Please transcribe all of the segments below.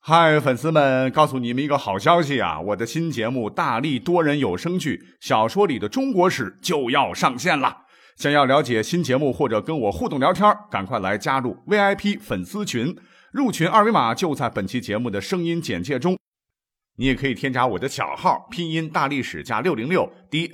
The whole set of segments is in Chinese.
嗨，粉丝们，告诉你们一个好消息啊！我的新节目《大力多人有声剧小说里的中国史》就要上线了。想要了解新节目或者跟我互动聊天，赶快来加入 VIP 粉丝群，入群二维码就在本期节目的声音简介中。你也可以添加我的小号，拼音大历史加606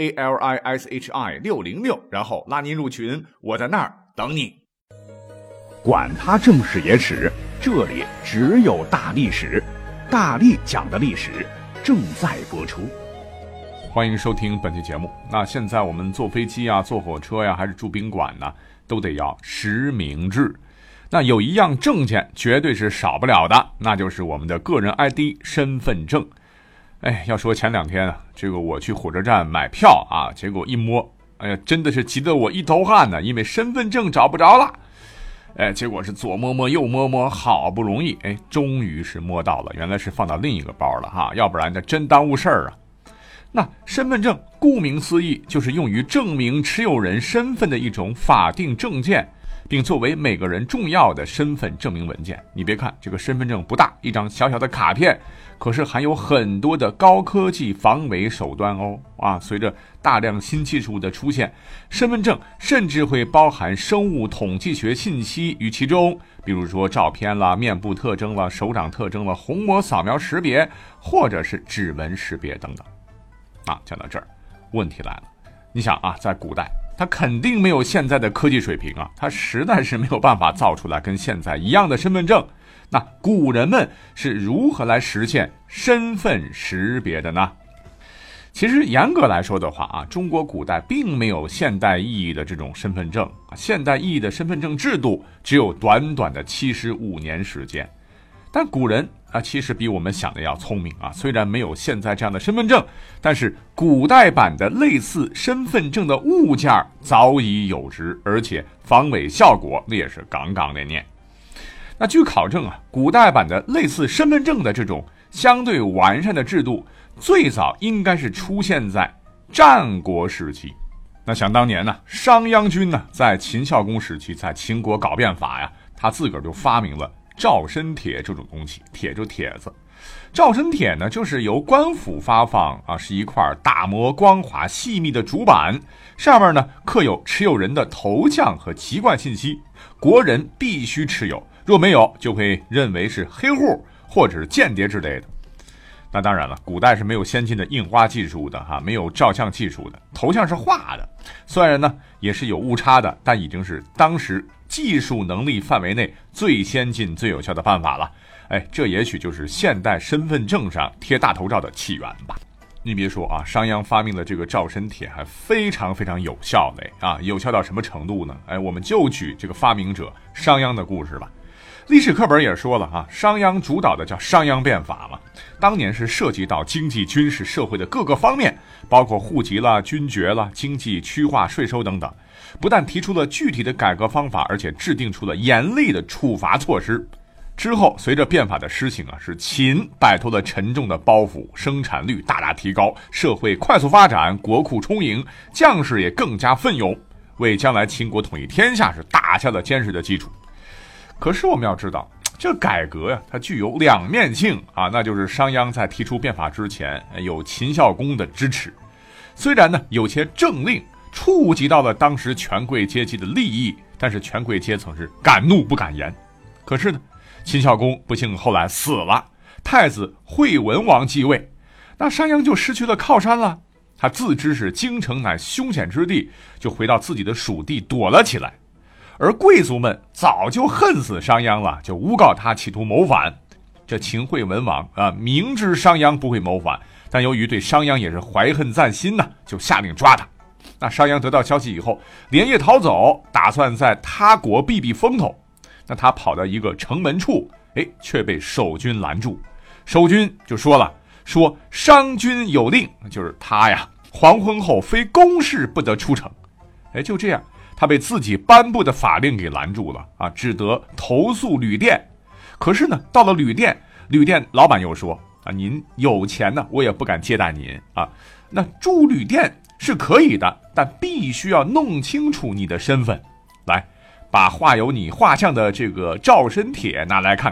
DALISHI 606，然后拉您入群，我在那儿等你。 管他正史野史，这里只有大历史，大力讲的历史正在播出。 欢迎收听本期节目。那现在我们坐飞机啊，坐火车呀，还是住宾馆呢，都得要实名制。那有一样证件绝对是少不了的，那就是我们的个人 ID 身份证。要说前2天啊，这个我去火车站买票啊，结果一摸，真的是急得我一头汗呢，因为身份证找不着了。结果是左摸摸右摸摸，好不容易终于是摸到了，原来是放到另一个包了哈，要不然这真耽误事儿啊。那身份证顾名思义就是用于证明持有人身份的一种法定证件，并作为每个人重要的身份证明文件。你别看这个身份证不大，一张小小的卡片，可是含有很多的高科技防伪手段哦。随着大量新技术的出现，身份证甚至会包含生物统计学信息于其中，比如说照片啦、面部特征啦、手掌特征啦、虹膜扫描识别，或者是指纹识别等等。讲到这儿，问题来了，你想啊，在古代他肯定没有现在的科技水平啊，他实在是没有办法造出来跟现在一样的身份证。那古人们是如何来实现身份识别的呢？其实严格来说的话啊，中国古代并没有现代意义的这种身份证，现代意义的身份证制度只有短短的75年时间。但古人其实比我们想的要聪明啊，虽然没有现在这样的身份证，但是古代版的类似身份证的物件早已有之，而且防伪效果那也是杠杠的念。那据考证啊，古代版的类似身份证的这种相对完善的制度，最早应该是出现在战国时期。那想当年呢，商鞅君呢，在秦孝公时期，在秦国搞变法呀，他自个儿就发明了诏申帖这种东西，帖就帖子。诏申帖呢，就是由官府发放是一块打磨光滑细密的竹板，上面呢刻有持有人的头像和籍贯信息，国人必须持有，若没有就会认为是黑户或者是间谍之类的。那当然了，古代是没有先进的印花技术的没有照相技术的，头像是画的，虽然呢也是有误差的，但已经是当时技术能力范围内最先进最有效的办法了。这也许就是现代身份证上贴大头照的起源吧。你别说啊，商鞅发明的这个诏申帖还非常非常有效的有效到什么程度呢？我们就举这个发明者商鞅的故事吧。历史课本也说了商鞅主导的叫商鞅变法嘛，当年是涉及到经济、军事、社会的各个方面，包括户籍啦、军爵啦、经济、区划、税收等等。不但提出了具体的改革方法，而且制定出了严厉的处罚措施。之后随着变法的施行是秦摆脱了沉重的包袱，生产率大大提高，社会快速发展，国库充盈，将士也更加奋勇，为将来秦国统一天下是打下了坚实的基础。可是我们要知道，这改革它具有两面性那就是商鞅在提出变法之前有秦孝公的支持，虽然呢有些政令触及到了当时权贵阶级的利益，但是权贵阶层是敢怒不敢言。可是呢，秦孝公不幸后来死了，太子惠文王继位，那商鞅就失去了靠山了。他自知是京城乃凶险之地，就回到自己的属地躲了起来。而贵族们早就恨死商鞅了，就诬告他企图谋反。这秦惠文王明知商鞅不会谋反，但由于对商鞅也是怀恨在心呢，就下令抓他。那商鞅得到消息以后，连夜逃走，打算在他国避避风头。那他跑到一个城门处，却被守军拦住。守军就说了，说商君有令，就是他呀，黄昏后非公事不得出城。就这样，他被自己颁布的法令给拦住了只得投诉旅店。可是呢，到了旅店老板又说您有钱呢，我也不敢接待您那住旅店是可以的，但必须要弄清楚你的身份。来，把画有你画像的这个诏申帖拿来看看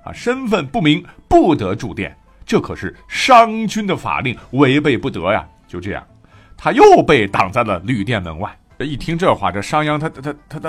啊，身份不明不得住店，这可是商君的法令，违背不得呀。就这样，他又被挡在了旅店门外。一听这话，这商鞅他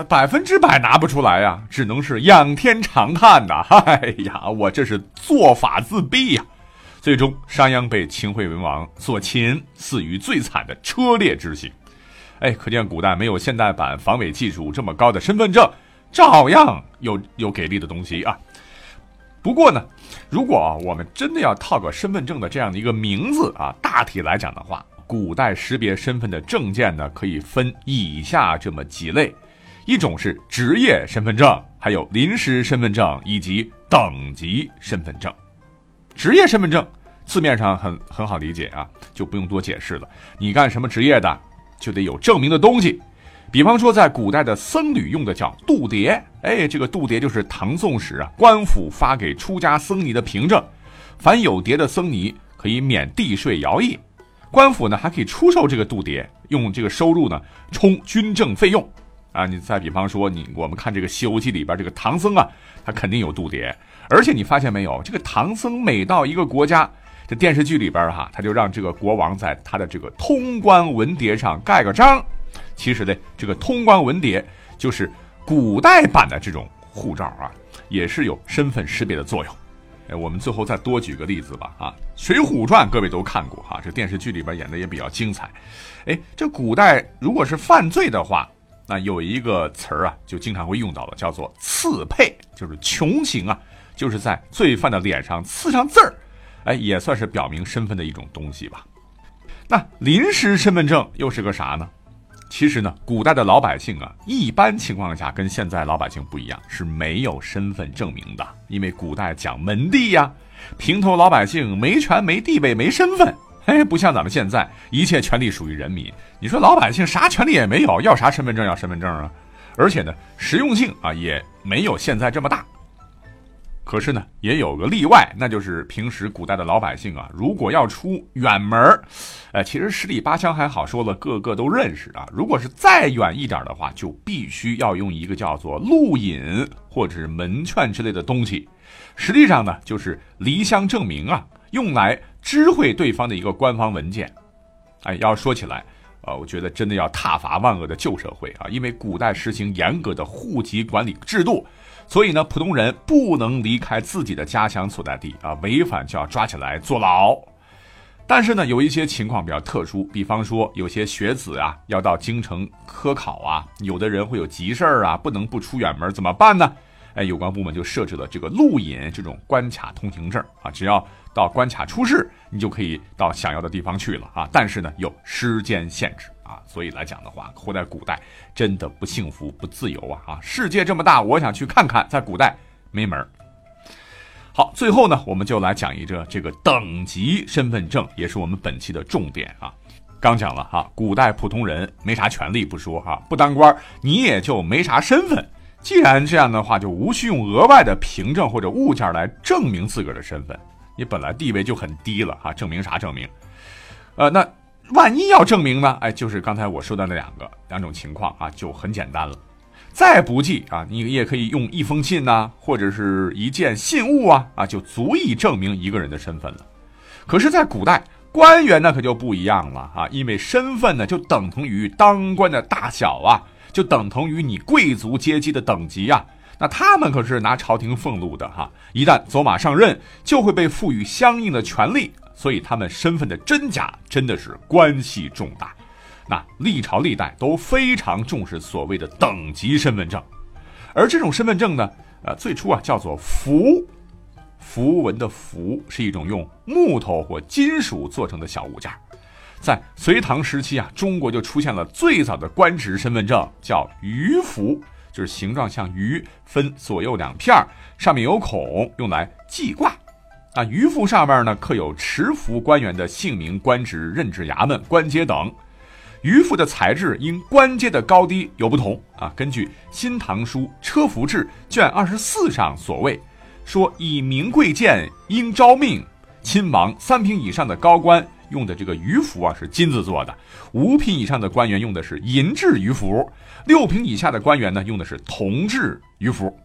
100%拿不出来呀，只能是仰天长叹呐，哎呀，我这是做法自毙呀。最终商鞅被秦惠文王所擒，死于最惨的车裂之刑。可见古代没有现代版防伪技术这么高的身份证，照样有给力的东西啊。不过呢，如果我们真的要套个身份证的这样的一个名字啊，大体来讲的话，古代识别身份的证件呢，可以分以下这么几类：一种是职业身份证，还有临时身份证以及等级身份证。职业身份证字面上很好理解啊，就不用多解释了。你干什么职业的，就得有证明的东西。比方说在古代的僧侣用的叫度牒，这个度牒就是唐宋时啊官府发给出家僧尼的凭证，凡有牒的僧尼可以免地税徭役，官府呢还可以出售这个度牒，用这个收入呢充军政费用啊。你再比方说我们看这个《西游记》里边这个唐僧啊，他肯定有度牒，而且你发现没有，这个唐僧每到一个国家，这电视剧里边他就让这个国王在他的这个通关文牒上盖个章。其实呢，这个通关文牒就是古代版的这种护照啊，也是有身份识别的作用。我们最后再多举个例子吧啊，《水浒传》各位都看过啊，这电视剧里边演的也比较精彩。这古代如果是犯罪的话，那有一个词儿啊，就经常会用到的，叫做刺配，就是穷刑啊，就是在罪犯的脸上刺上字儿，也算是表明身份的一种东西吧。那临时身份证又是个啥呢？其实呢，古代的老百姓啊，一般情况下跟现在老百姓不一样，是没有身份证明的。因为古代讲门第呀，平头老百姓没权没地位没身份，不像咱们现在一切权利属于人民。你说老百姓啥权利也没有，要啥身份证要身份证啊？而且呢，实用性啊也没有现在这么大。可是呢，也有个例外，那就是平时古代的老百姓啊，如果要出远门，其实十里八乡还好说了，个个都认识啊。如果是再远一点的话，就必须要用一个叫做路引或者是门券之类的东西。实际上呢，就是离乡证明啊，用来知会对方的一个官方文件。要说起来，我觉得真的要挞伐万恶的旧社会啊，因为古代实行严格的户籍管理制度。所以呢，普通人不能离开自己的家乡所在地啊，违反就要抓起来坐牢。但是呢，有一些情况比较特殊，比方说有些学子啊要到京城科考啊，有的人会有急事啊，不能不出远门，怎么办呢？有关部门就设置了这个路引这种关卡通行证啊，只要到关卡出示，你就可以到想要的地方去了啊。但是呢，有时间限制啊，所以来讲的话，活在古代真的不幸福不自由啊！世界这么大，我想去看看，在古代没门。好，最后呢，我们就来讲一个这个等级身份证，也是我们本期的重点啊。刚讲了哈，古代普通人没啥权利不说哈，不当官你也就没啥身份。既然这样的话，就无需用额外的凭证或者物件来证明自个儿的身份，你本来地位就很低了哈，证明啥证明？那万一要证明呢？就是刚才我说的那两种情况啊，就很简单了。再不济啊，你也可以用一封信啊，或者是一件信物啊，就足以证明一个人的身份了。可是，在古代，官员呢可就不一样了啊，因为身份呢就等同于当官的大小啊，就等同于你贵族阶级的等级啊。那他们可是拿朝廷俸禄的哈，一旦走马上任，就会被赋予相应的权利。所以他们身份的真假真的是关系重大。那历朝历代都非常重视所谓的等级身份证，而这种身份证呢，最初啊叫做符，符文的符是一种用木头或金属做成的小物件。在隋唐时期啊，中国就出现了最早的官职身份证，叫鱼符，就是形状像鱼，分左右两片，上面有孔，用来记挂。鱼符上面呢刻有持符官员的姓名、官职、任职衙门、官阶等。鱼符的材质因官阶的高低有不同啊。根据《新唐书车符志》卷24上所谓，说以名贵贱应招命，亲王3品以上的高官用的这个鱼符啊是金子做的，5品以上的官员用的是银制鱼符，6品以下的官员呢用的是铜制鱼符。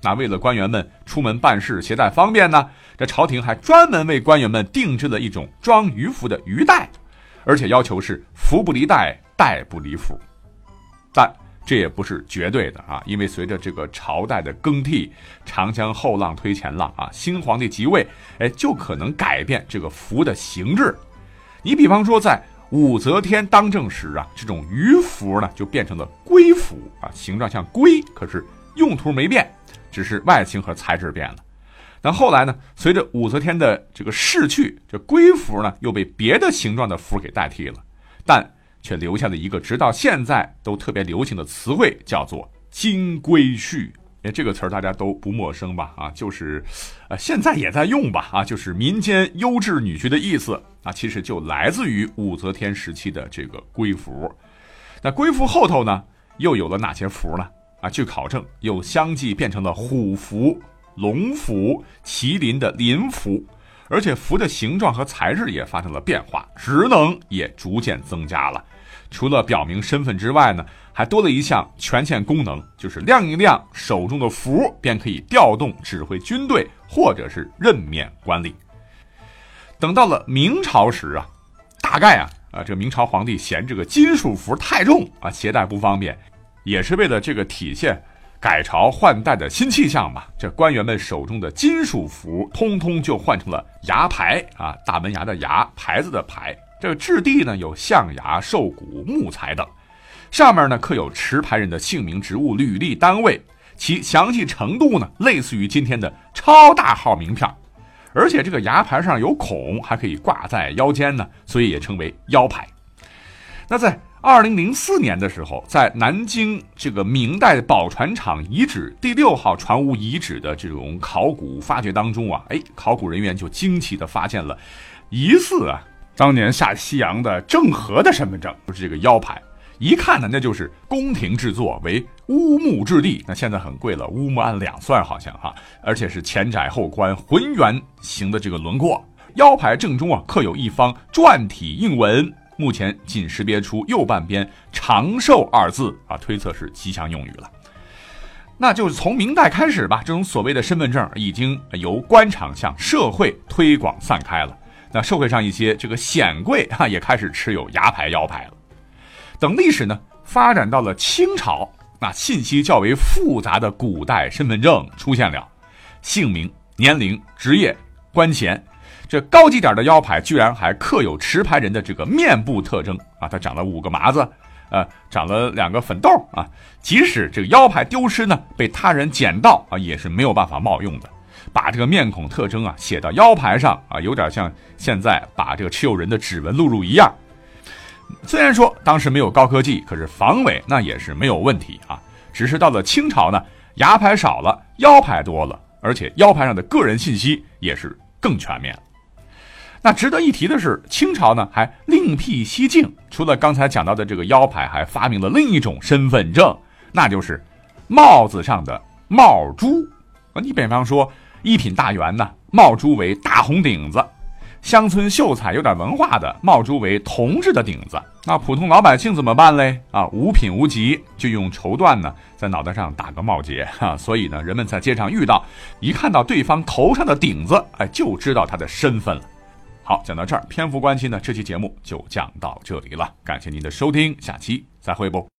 那为了官员们出门办事携带方便呢，这朝廷还专门为官员们定制了一种装鱼符的鱼袋，而且要求是符不离袋，袋不离符。但这也不是绝对的啊，因为随着这个朝代的更替，长江后浪推前浪啊，新皇帝即位，就可能改变这个符的形制。你比方说在武则天当政时啊，这种鱼符呢就变成了龟符啊，形状像龟，可是用途没变，只是外形和材质变了。那后来呢，随着武则天的这个逝去，这龟符呢又被别的形状的符给代替了，但却留下了一个直到现在都特别流行的词汇，叫做金龟婿。这个词儿大家都不陌生吧？啊，就是现在也在用吧？啊，就是民间优质女婿的意思啊，其实就来自于武则天时期的这个龟符。那龟符后头呢，又有了哪些符呢？啊，据考证，又相继变成了虎符、龙符、麒麟的麟符，而且符的形状和材质也发生了变化，职能也逐渐增加了。除了表明身份之外呢，还多了一项权限功能，就是亮一亮手中的符，便可以调动指挥军队或者是任免官吏。等到了明朝时啊，大概这明朝皇帝嫌这个金属符太重啊，携带不方便，也是为了这个体现改朝换代的新气象吧，这官员们手中的金属符通通就换成了牙牌啊，大门牙的牙，牌子的牌。这个质地呢有象牙、兽骨、木材等，上面呢刻有持牌人的姓名、职务、履历、单位，其详细程度呢类似于今天的超大号名片，而且这个牙牌上有孔，还可以挂在腰间呢，所以也称为腰牌。那在2004年的时候，在南京这个明代宝船厂遗址第6号船坞遗址的这种考古发掘当中啊，考古人员就惊奇地发现了疑似当年下西洋的郑和的身份证，就是这个腰牌。一看呢，那就是宫廷制作，为乌木质地，那现在很贵了，乌木按2算好像而且是前窄后宽浑圆形的这个轮廓。腰牌正中刻有一方篆体印文，目前仅识别出右半边长寿2字推测是吉祥用语了。那就是从明代开始吧，这种所谓的身份证已经由官场向社会推广散开了。那社会上一些这个显贵也开始持有牙牌、腰牌了。等历史呢发展到了清朝，那信息较为复杂的古代身份证出现了，姓名、年龄、职业、官衔。这高级点的腰牌居然还刻有持牌人的这个面部特征他长了5个麻子，长了2个粉痘即使这个腰牌丢失呢，被他人捡到也是没有办法冒用的。把这个面孔特征写到腰牌上有点像现在把这个持有人的指纹录入一样。虽然说当时没有高科技，可是防伪那也是没有问题只是到了清朝呢，牙牌少了，腰牌多了，而且腰牌上的个人信息也是更全面了。那值得一提的是，清朝呢还另辟蹊径，除了刚才讲到的这个腰牌，还发明了另一种身份证，那就是帽子上的帽珠。你比方说一品大员呢，帽珠为大红顶子；乡村秀才有点文化的，帽珠为铜制的顶子。那普通老百姓怎么办嘞？无品无籍，就用绸缎呢在脑袋上打个帽结所以呢，人们在街上遇到，一看到对方头上的顶子，就知道他的身份了。好，讲到这儿，篇幅关系呢，这期节目就讲到这里了，感谢您的收听，下期再会不。